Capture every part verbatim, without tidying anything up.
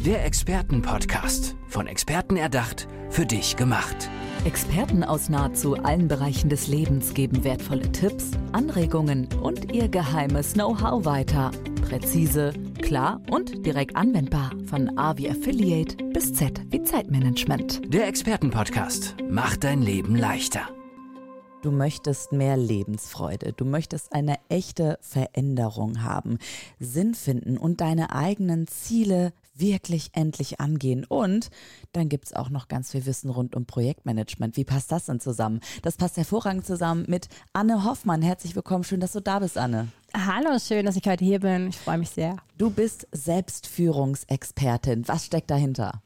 Der Experten-Podcast. Von Experten erdacht, für dich gemacht. Experten aus nahezu allen Bereichen des Lebens geben wertvolle Tipps, Anregungen und ihr geheimes Know-how weiter. Präzise, klar und direkt anwendbar. Von A wie Affiliate bis Z wie Zeitmanagement. Der Experten-Podcast macht dein Leben leichter. Du möchtest mehr Lebensfreude, du möchtest eine echte Veränderung haben, Sinn finden und deine eigenen Ziele wirklich endlich angehen. Und dann gibt's auch noch ganz viel Wissen rund um Projektmanagement. Wie passt das denn zusammen? Das passt hervorragend zusammen mit Anne Hoffmann. Herzlich willkommen, schön, dass du da bist, Anne. Hallo, schön, dass ich heute hier bin. Ich freue mich sehr. Du bist Selbstführungsexpertin. Was steckt dahinter?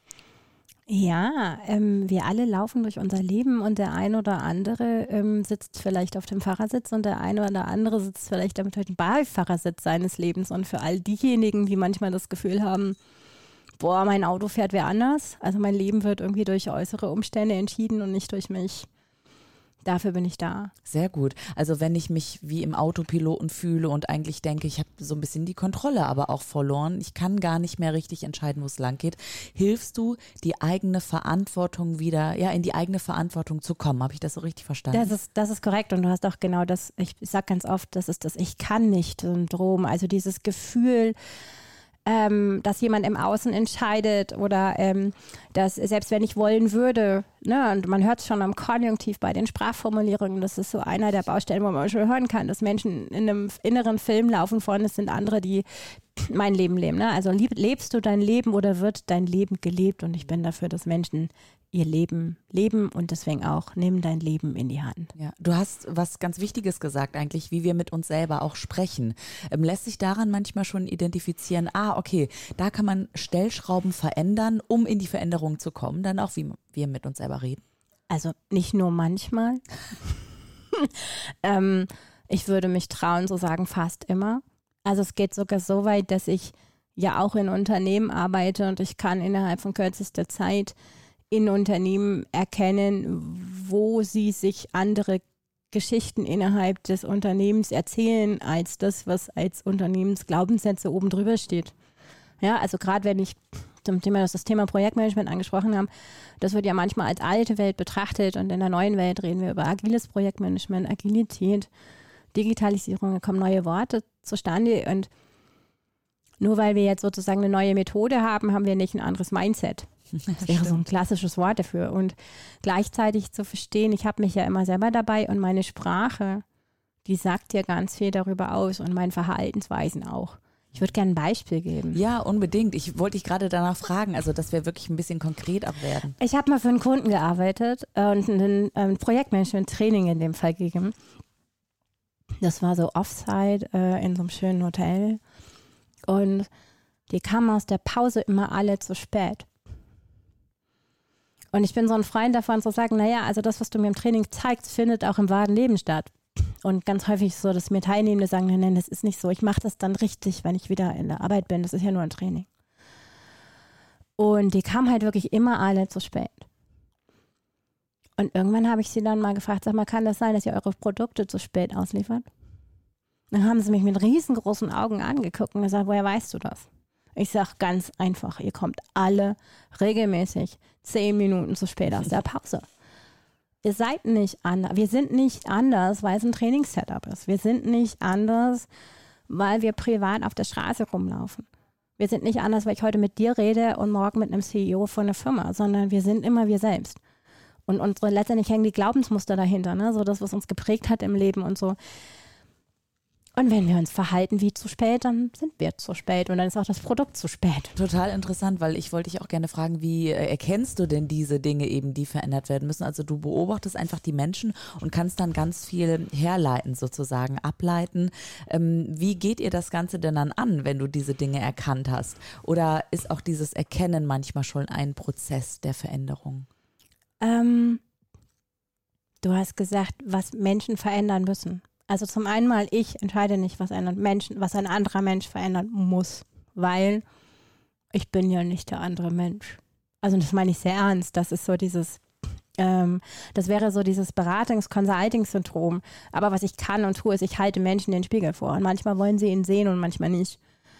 Ja, ähm, wir alle laufen durch unser Leben und der ein oder andere ähm, sitzt vielleicht auf dem Fahrersitz und der eine oder andere sitzt vielleicht auf dem Beifahrersitz seines Lebens. Und für all diejenigen, die manchmal das Gefühl haben, boah, mein Auto fährt wer anders, also mein Leben wird irgendwie durch äußere Umstände entschieden und nicht durch mich. Dafür bin ich da. Sehr gut. Also wenn ich mich wie im Autopiloten fühle und eigentlich denke, ich habe so ein bisschen die Kontrolle aber auch verloren, ich kann gar nicht mehr richtig entscheiden, wo es lang geht, hilfst du, die eigene Verantwortung wieder, ja, in die eigene Verantwortung zu kommen. Habe ich das so richtig verstanden? Das ist, das ist korrekt und du hast auch genau das, ich sage ganz oft, das ist das Ich-kann-nicht-Syndrom, also dieses Gefühl, Ähm, dass jemand im Außen entscheidet oder ähm, dass selbst wenn ich wollen würde, ne, und man hört es schon am Konjunktiv bei den Sprachformulierungen, das ist so einer der Baustellen, wo man schon hören kann, dass Menschen in einem inneren Film laufen von, es sind andere, die mein Leben leben. Ne? Also lieb, lebst du dein Leben oder wird dein Leben gelebt? Und ich bin dafür, dass Menschen ihr Leben leben und deswegen auch, nimm dein Leben in die Hand. Ja, du hast was ganz Wichtiges gesagt eigentlich, wie wir mit uns selber auch sprechen. Ähm, lässt sich daran manchmal schon identifizieren, ah, okay, da kann man Stellschrauben verändern, um in die Veränderung zu kommen, dann auch, wie wir mit uns selber reden? Also nicht nur manchmal. ähm, ich würde mich trauen zu sagen, fast immer. Also es geht sogar so weit, dass ich ja auch in Unternehmen arbeite und ich kann innerhalb von kürzester Zeit in Unternehmen erkennen, wo sie sich andere Geschichten innerhalb des Unternehmens erzählen, als das, was als Unternehmensglaubenssätze oben drüber steht. Ja, also gerade wenn ich zum Thema, das Thema Projektmanagement angesprochen haben, das wird ja manchmal als alte Welt betrachtet und in der neuen Welt reden wir über agiles Projektmanagement, Agilität, Digitalisierung, da kommen neue Worte zustande und nur weil wir jetzt sozusagen eine neue Methode haben, haben wir nicht ein anderes Mindset. Das wäre so ein klassisches Wort dafür. Und gleichzeitig zu verstehen, ich habe mich ja immer selber dabei und meine Sprache, die sagt ja ganz viel darüber aus und meine Verhaltensweisen auch. Ich würde gerne ein Beispiel geben. Ja, unbedingt. Ich wollte dich gerade danach fragen, also dass wir wirklich ein bisschen konkret auch werden. Ich habe mal für einen Kunden gearbeitet und ein, ein Projektmanagement-Training in dem Fall gegeben. Das war so Offsite äh, in so einem schönen Hotel. Und die kamen aus der Pause immer alle zu spät. Und ich bin so ein Freund davon zu sagen, naja, also das, was du mir im Training zeigst, findet auch im wahren Leben statt. Und ganz häufig ist es so, dass mir Teilnehmende sagen, nein, nein, das ist nicht so. Ich mache das dann richtig, wenn ich wieder in der Arbeit bin. Das ist ja nur ein Training. Und die kamen halt wirklich immer alle zu spät. Und irgendwann habe ich sie dann mal gefragt, sag mal, kann das sein, dass ihr eure Produkte zu spät ausliefert? Dann haben sie mich mit riesengroßen Augen angeguckt und gesagt, woher weißt du das? Ich sage ganz einfach, ihr kommt alle regelmäßig zehn Minuten zu spät aus der Pause. Ihr seid nicht anders. Wir sind nicht anders, weil es ein Trainingssetup ist. Wir sind nicht anders, weil wir privat auf der Straße rumlaufen. Wir sind nicht anders, weil ich heute mit dir rede und morgen mit einem C E O von einer Firma, sondern wir sind immer wir selbst. Und unsere letztendlich hängen die Glaubensmuster dahinter, ne? So das, was uns geprägt hat im Leben und so. Und wenn wir uns verhalten wie zu spät, dann sind wir zu spät und dann ist auch das Produkt zu spät. Total interessant, weil ich wollte dich auch gerne fragen, wie erkennst du denn diese Dinge eben, die verändert werden müssen? Also du beobachtest einfach die Menschen und kannst dann ganz viel herleiten sozusagen, ableiten. Ähm, wie geht ihr das Ganze denn dann an, wenn du diese Dinge erkannt hast? Oder ist auch dieses Erkennen manchmal schon ein Prozess der Veränderung? Ähm, du hast gesagt, was Menschen verändern müssen. Also zum einen mal, ich entscheide nicht, was ein Menschen, was ein anderer Mensch verändern muss, weil ich bin ja nicht der andere Mensch. Also das meine ich sehr ernst. Das ist so dieses, ähm, das wäre so dieses Beratungs-Consulting-Syndrom. Aber was ich kann und tue, ist, ich halte Menschen den Spiegel vor. Und manchmal wollen sie ihn sehen und manchmal nicht.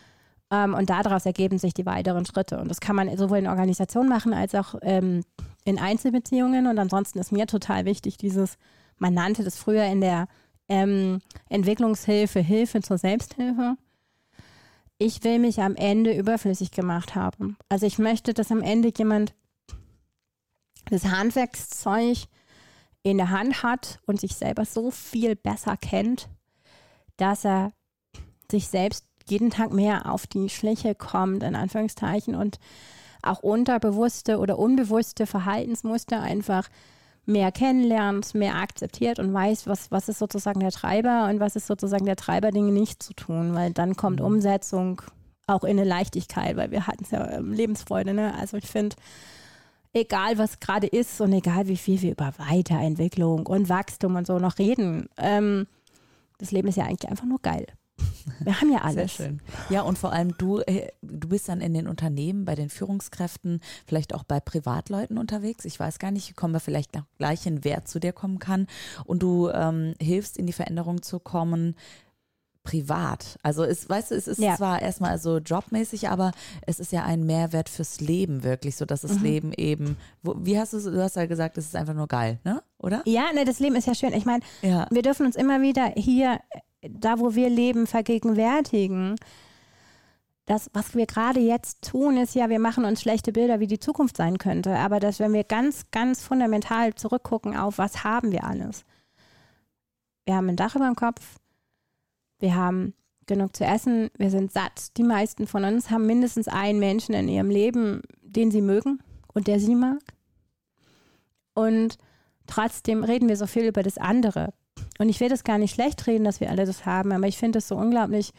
Ähm, und daraus ergeben sich die weiteren Schritte. Und das kann man sowohl in Organisationen machen, als auch ähm, in Einzelbeziehungen. Und ansonsten ist mir total wichtig, dieses, man nannte das früher in der ähm, Entwicklungshilfe, Hilfe zur Selbsthilfe. Ich will mich am Ende überflüssig gemacht haben. Also ich möchte, dass am Ende jemand das Handwerkszeug in der Hand hat und sich selber so viel besser kennt, dass er sich selbst jeden Tag mehr auf die Schliche kommt, in Anführungszeichen, und auch unterbewusste oder unbewusste Verhaltensmuster einfach mehr kennenlernt, mehr akzeptiert und weiß, was, was ist sozusagen der Treiber und was ist sozusagen der Treiber, Dinge nicht zu tun, weil dann kommt Umsetzung auch in eine Leichtigkeit, weil wir hatten es ja ähm, Lebensfreude, ne? Also ich finde, egal was gerade ist und egal wie viel wir über Weiterentwicklung und Wachstum und so noch reden, ähm, das Leben ist ja eigentlich einfach nur geil. Wir haben ja alles. Sehr schön. Ja, und vor allem du, du bist dann in den Unternehmen, bei den Führungskräften, vielleicht auch bei Privatleuten unterwegs. Ich weiß gar nicht, kommen wir vielleicht noch gleich hin, wer zu dir kommen kann. Und du ähm, hilfst, in die Veränderung zu kommen, privat. Also es, weißt du, es ist ja. zwar erstmal so jobmäßig, aber es ist ja ein Mehrwert fürs Leben wirklich, so dass das mhm. Leben eben, wo, wie hast du, du hast ja gesagt, es ist einfach nur geil, ne? Oder? Ja, ne, das Leben ist ja schön. Ich meine, ja. wir dürfen uns immer wieder hier, da wo wir leben, vergegenwärtigen. Das, was wir gerade jetzt tun, ist ja, wir machen uns schlechte Bilder, wie die Zukunft sein könnte. Aber dass, wenn wir ganz, ganz fundamental zurückgucken auf, was haben wir alles? Wir haben ein Dach über dem Kopf, wir haben genug zu essen, wir sind satt. Die meisten von uns haben mindestens einen Menschen in ihrem Leben, den sie mögen und der sie mag. Und trotzdem reden wir so viel über das andere. Und ich will das gar nicht schlecht reden, dass wir alle das haben, aber ich finde es so unglaublich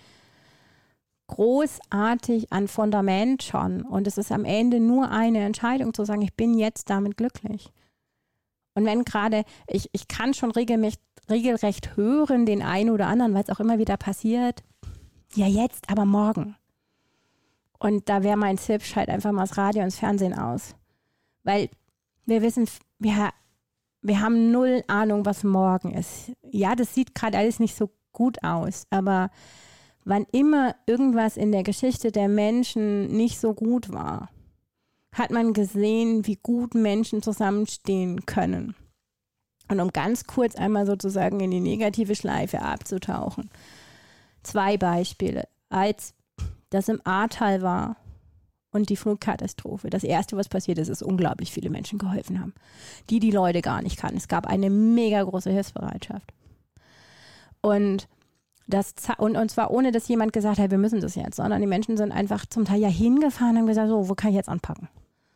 großartig an Fundament schon. Und es ist am Ende nur eine Entscheidung zu sagen, ich bin jetzt damit glücklich. Und wenn gerade, ich, ich kann schon regelrecht, regelrecht hören, den einen oder anderen, weil es auch immer wieder passiert, ja jetzt, aber morgen. Und da wäre mein Tipp, schalt einfach mal das Radio und das Fernsehen aus. Weil wir wissen, wir, wir haben null Ahnung, was morgen ist. Ja, das sieht gerade alles nicht so gut aus, aber wann immer irgendwas in der Geschichte der Menschen nicht so gut war, hat man gesehen, wie gut Menschen zusammenstehen können. Und um ganz kurz einmal sozusagen in die negative Schleife abzutauchen. Zwei Beispiele. Als das im Ahrtal war und die Flugkatastrophe, das Erste, was passiert ist, ist, unglaublich viele Menschen geholfen haben, die die Leute gar nicht kannten. Es gab eine mega große Hilfsbereitschaft. Und Das, und, und zwar ohne, dass jemand gesagt hat, wir müssen das jetzt, sondern die Menschen sind einfach zum Teil ja hingefahren und haben gesagt, so, wo kann ich jetzt anpacken?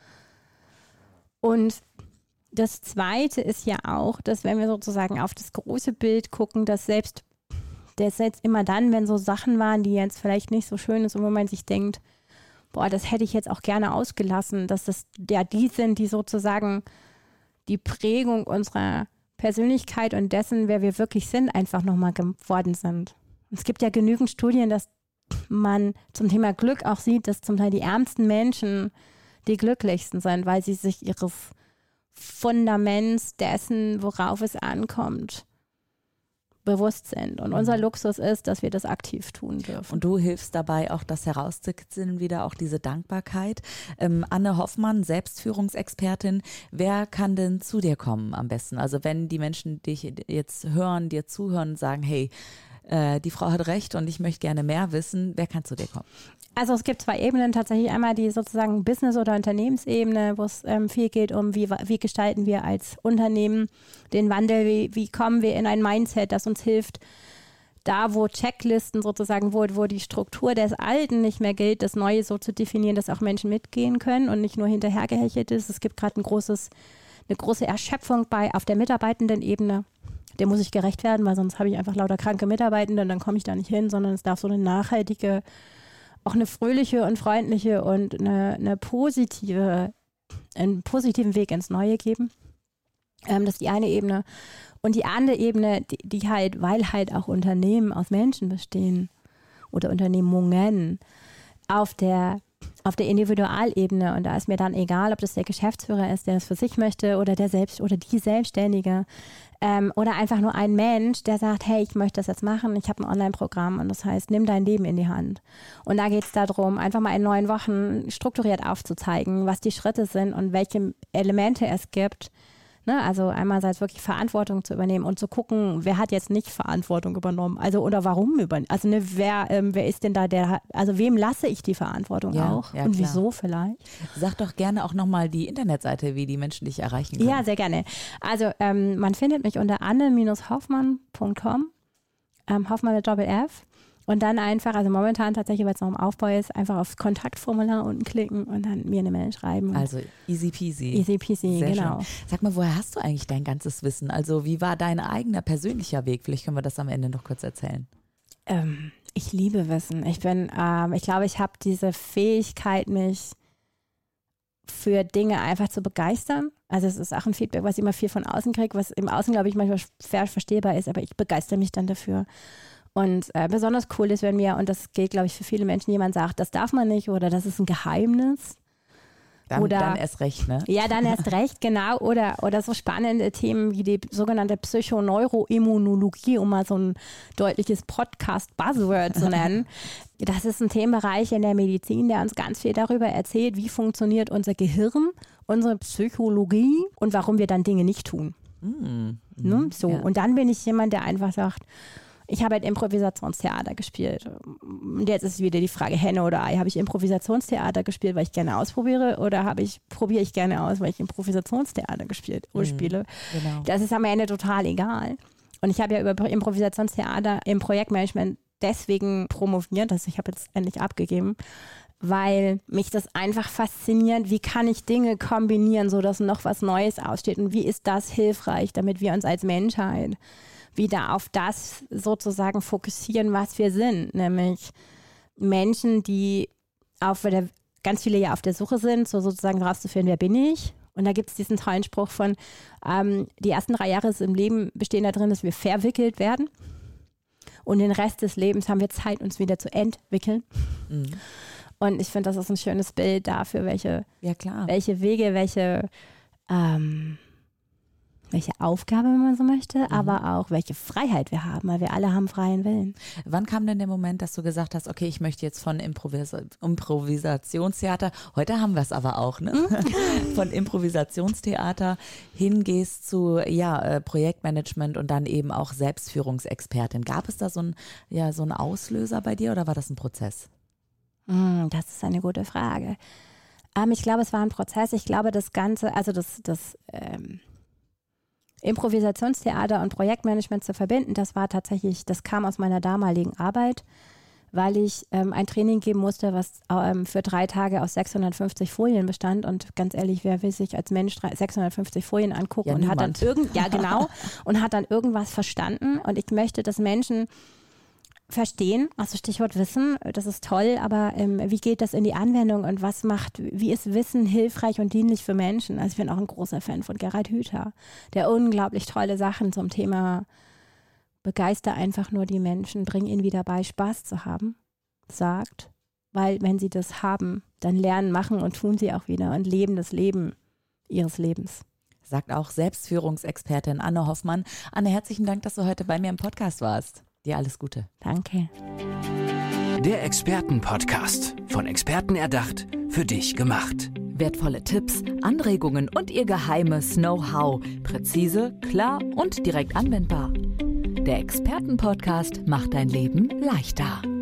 Und das Zweite ist ja auch, dass wenn wir sozusagen auf das große Bild gucken, dass selbst, dass jetzt immer dann, wenn so Sachen waren, die jetzt vielleicht nicht so schön ist und wo man sich denkt, boah, das hätte ich jetzt auch gerne ausgelassen, dass das ja die sind, die sozusagen die Prägung unserer Persönlichkeit und dessen, wer wir wirklich sind, einfach nochmal geworden sind. Es gibt ja genügend Studien, dass man zum Thema Glück auch sieht, dass zum Teil die ärmsten Menschen die glücklichsten sind, weil sie sich ihres Fundaments dessen, worauf es ankommt, bewusst sind. Und unser Luxus ist, dass wir das aktiv tun dürfen. Und du hilfst dabei auch, das herauszukitzeln, wieder auch diese Dankbarkeit. Ähm, Anne Hoffmann, Selbstführungsexpertin, wer kann denn zu dir kommen am besten? Also wenn die Menschen dich jetzt hören, dir zuhören und sagen, hey, äh, die Frau hat recht und ich möchte gerne mehr wissen, wer kann zu dir kommen? Also es gibt zwei Ebenen, tatsächlich einmal die sozusagen Business- oder Unternehmensebene, wo es ähm, viel geht um, wie, wie gestalten wir als Unternehmen den Wandel, wie, wie kommen wir in ein Mindset, das uns hilft, da wo Checklisten sozusagen, wo, wo die Struktur des Alten nicht mehr gilt, das Neue so zu definieren, dass auch Menschen mitgehen können und nicht nur hinterhergehechelt ist. Es gibt gerade ein großes, eine große Erschöpfung bei auf der Mitarbeitendenebene. Der muss ich gerecht werden, weil sonst habe ich einfach lauter kranke Mitarbeitende und dann komme ich da nicht hin, sondern es darf so eine nachhaltige, auch eine fröhliche und freundliche und eine, eine positive, einen positiven Weg ins Neue geben. Ähm, das ist die eine Ebene. Und die andere Ebene, die, die halt, weil halt auch Unternehmen aus Menschen bestehen oder Unternehmungen, auf der auf der Individualebene. Und da ist mir dann egal, ob das der Geschäftsführer ist, der das für sich möchte oder der Selbst oder die Selbstständige. Ähm, oder einfach nur ein Mensch, der sagt, hey, ich möchte das jetzt machen, ich habe ein Online-Programm und das heißt, nimm dein Leben in die Hand. Und da geht es darum, einfach mal in neun Wochen strukturiert aufzuzeigen, was die Schritte sind und welche Elemente es gibt. Ne, also einerseits wirklich Verantwortung zu übernehmen und zu gucken, wer hat jetzt nicht Verantwortung übernommen, also oder warum übernehmen. Also ne, wer, ähm, wer ist denn da, der hat, also wem lasse ich die Verantwortung ja, auch ja, und klar. Wieso vielleicht? Sag doch gerne auch nochmal die Internetseite, wie die Menschen dich erreichen können. Ja, sehr gerne. Also ähm, man findet mich unter anne Bindestrich hoffmann Punkt com, ähm, Hoffmann mit Doppel-F. Und dann einfach, also momentan tatsächlich, weil es noch im Aufbau ist, einfach aufs Kontaktformular unten klicken und dann mir eine Mail schreiben. Also easy peasy. Easy peasy, Sehr genau. Schön. Sag mal, woher hast du eigentlich dein ganzes Wissen? Also wie war dein eigener persönlicher Weg? Vielleicht können wir das am Ende noch kurz erzählen. Ähm, ich liebe Wissen. Ich bin, ähm, ich glaube, ich habe diese Fähigkeit, mich für Dinge einfach zu begeistern. Also es ist auch ein Feedback, was ich immer viel von außen kriege, was im Außen, glaube ich, manchmal schwer verstehbar ist, aber ich begeister mich dann dafür. Und äh, besonders cool ist, wenn mir, und das gilt, glaube ich, für viele Menschen, jemand sagt, das darf man nicht oder das ist ein Geheimnis. Dann, oder, dann erst recht, ne? Ja, dann erst recht, genau. Oder, oder so spannende Themen wie die sogenannte Psychoneuroimmunologie, um mal so ein deutliches Podcast-Buzzword zu nennen. Das ist ein Themenbereich in der Medizin, der uns ganz viel darüber erzählt, wie funktioniert unser Gehirn, unsere Psychologie und warum wir dann Dinge nicht tun. Mm, Ne? So. ja. Und dann bin ich jemand, der einfach sagt, ich habe halt Improvisationstheater gespielt. Und jetzt ist wieder die Frage, Henne oder Ei. Habe ich Improvisationstheater gespielt, weil ich gerne ausprobiere? Oder habe ich, probiere ich gerne aus, weil ich Improvisationstheater gespielt oder Mhm, spiele? genau. Das ist am Ende total egal. Und ich habe ja über Improvisationstheater im Projektmanagement deswegen promoviert, also ich habe jetzt endlich abgegeben, weil mich das einfach fasziniert, wie kann ich Dinge kombinieren, sodass noch was Neues aussteht und wie ist das hilfreich, damit wir uns als Menschheit wieder auf das sozusagen fokussieren, was wir sind, nämlich Menschen, die auf der, ganz viele ja auf der Suche sind, so sozusagen rauszufinden, wer bin ich? Und da gibt es diesen tollen Spruch von, ähm, die ersten drei Jahre im Leben bestehen darin, dass wir verwickelt werden und den Rest des Lebens haben wir Zeit, uns wieder zu entwickeln. Mhm. Und ich finde, das ist ein schönes Bild dafür, welche, Ja, klar. welche Wege, welche ähm, welche Aufgabe, wenn man so möchte, mhm. aber auch welche Freiheit wir haben, weil wir alle haben freien Willen. Wann kam denn der Moment, dass du gesagt hast, okay, ich möchte jetzt von Improvis- Improvisationstheater, heute haben wir es aber auch, ne? von Improvisationstheater hingehst zu ja, äh, Projektmanagement und dann eben auch Selbstführungsexpertin. Gab es da so ein, ja, so einen Auslöser bei dir oder war das ein Prozess? Mm, das ist eine gute Frage. Ähm, ich glaube, es war ein Prozess. Ich glaube, das Ganze, also das, das ähm, Improvisationstheater und Projektmanagement zu verbinden, das war tatsächlich, das kam aus meiner damaligen Arbeit, weil ich ähm, ein Training geben musste, was ähm, für drei Tage aus sechshundertfünfzig Folien bestand und ganz ehrlich, wer will sich als Mensch sechshundertfünfzig Folien angucken ja, und niemand. hat dann irgend, ja genau, und hat dann irgendwas verstanden und ich möchte, dass Menschen verstehen, also Stichwort Wissen, das ist toll, aber ähm, wie geht das in die Anwendung und was macht, wie ist Wissen hilfreich und dienlich für Menschen? Also ich bin auch ein großer Fan von Gerhard Hüther, der unglaublich tolle Sachen zum Thema begeister einfach nur die Menschen, bring ihnen wieder bei, Spaß zu haben, sagt, weil wenn sie das haben, dann lernen, machen und tun sie auch wieder und leben das Leben ihres Lebens. Sagt auch Selbstführungsexpertin Anne Hoffmann. Anne, herzlichen Dank, dass du heute bei mir im Podcast warst. Dir alles Gute. Danke. Der Expertenpodcast. Von Experten erdacht, für dich gemacht. Wertvolle Tipps, Anregungen und ihr geheimes Know-how. Präzise, klar und direkt anwendbar. Der Expertenpodcast macht dein Leben leichter.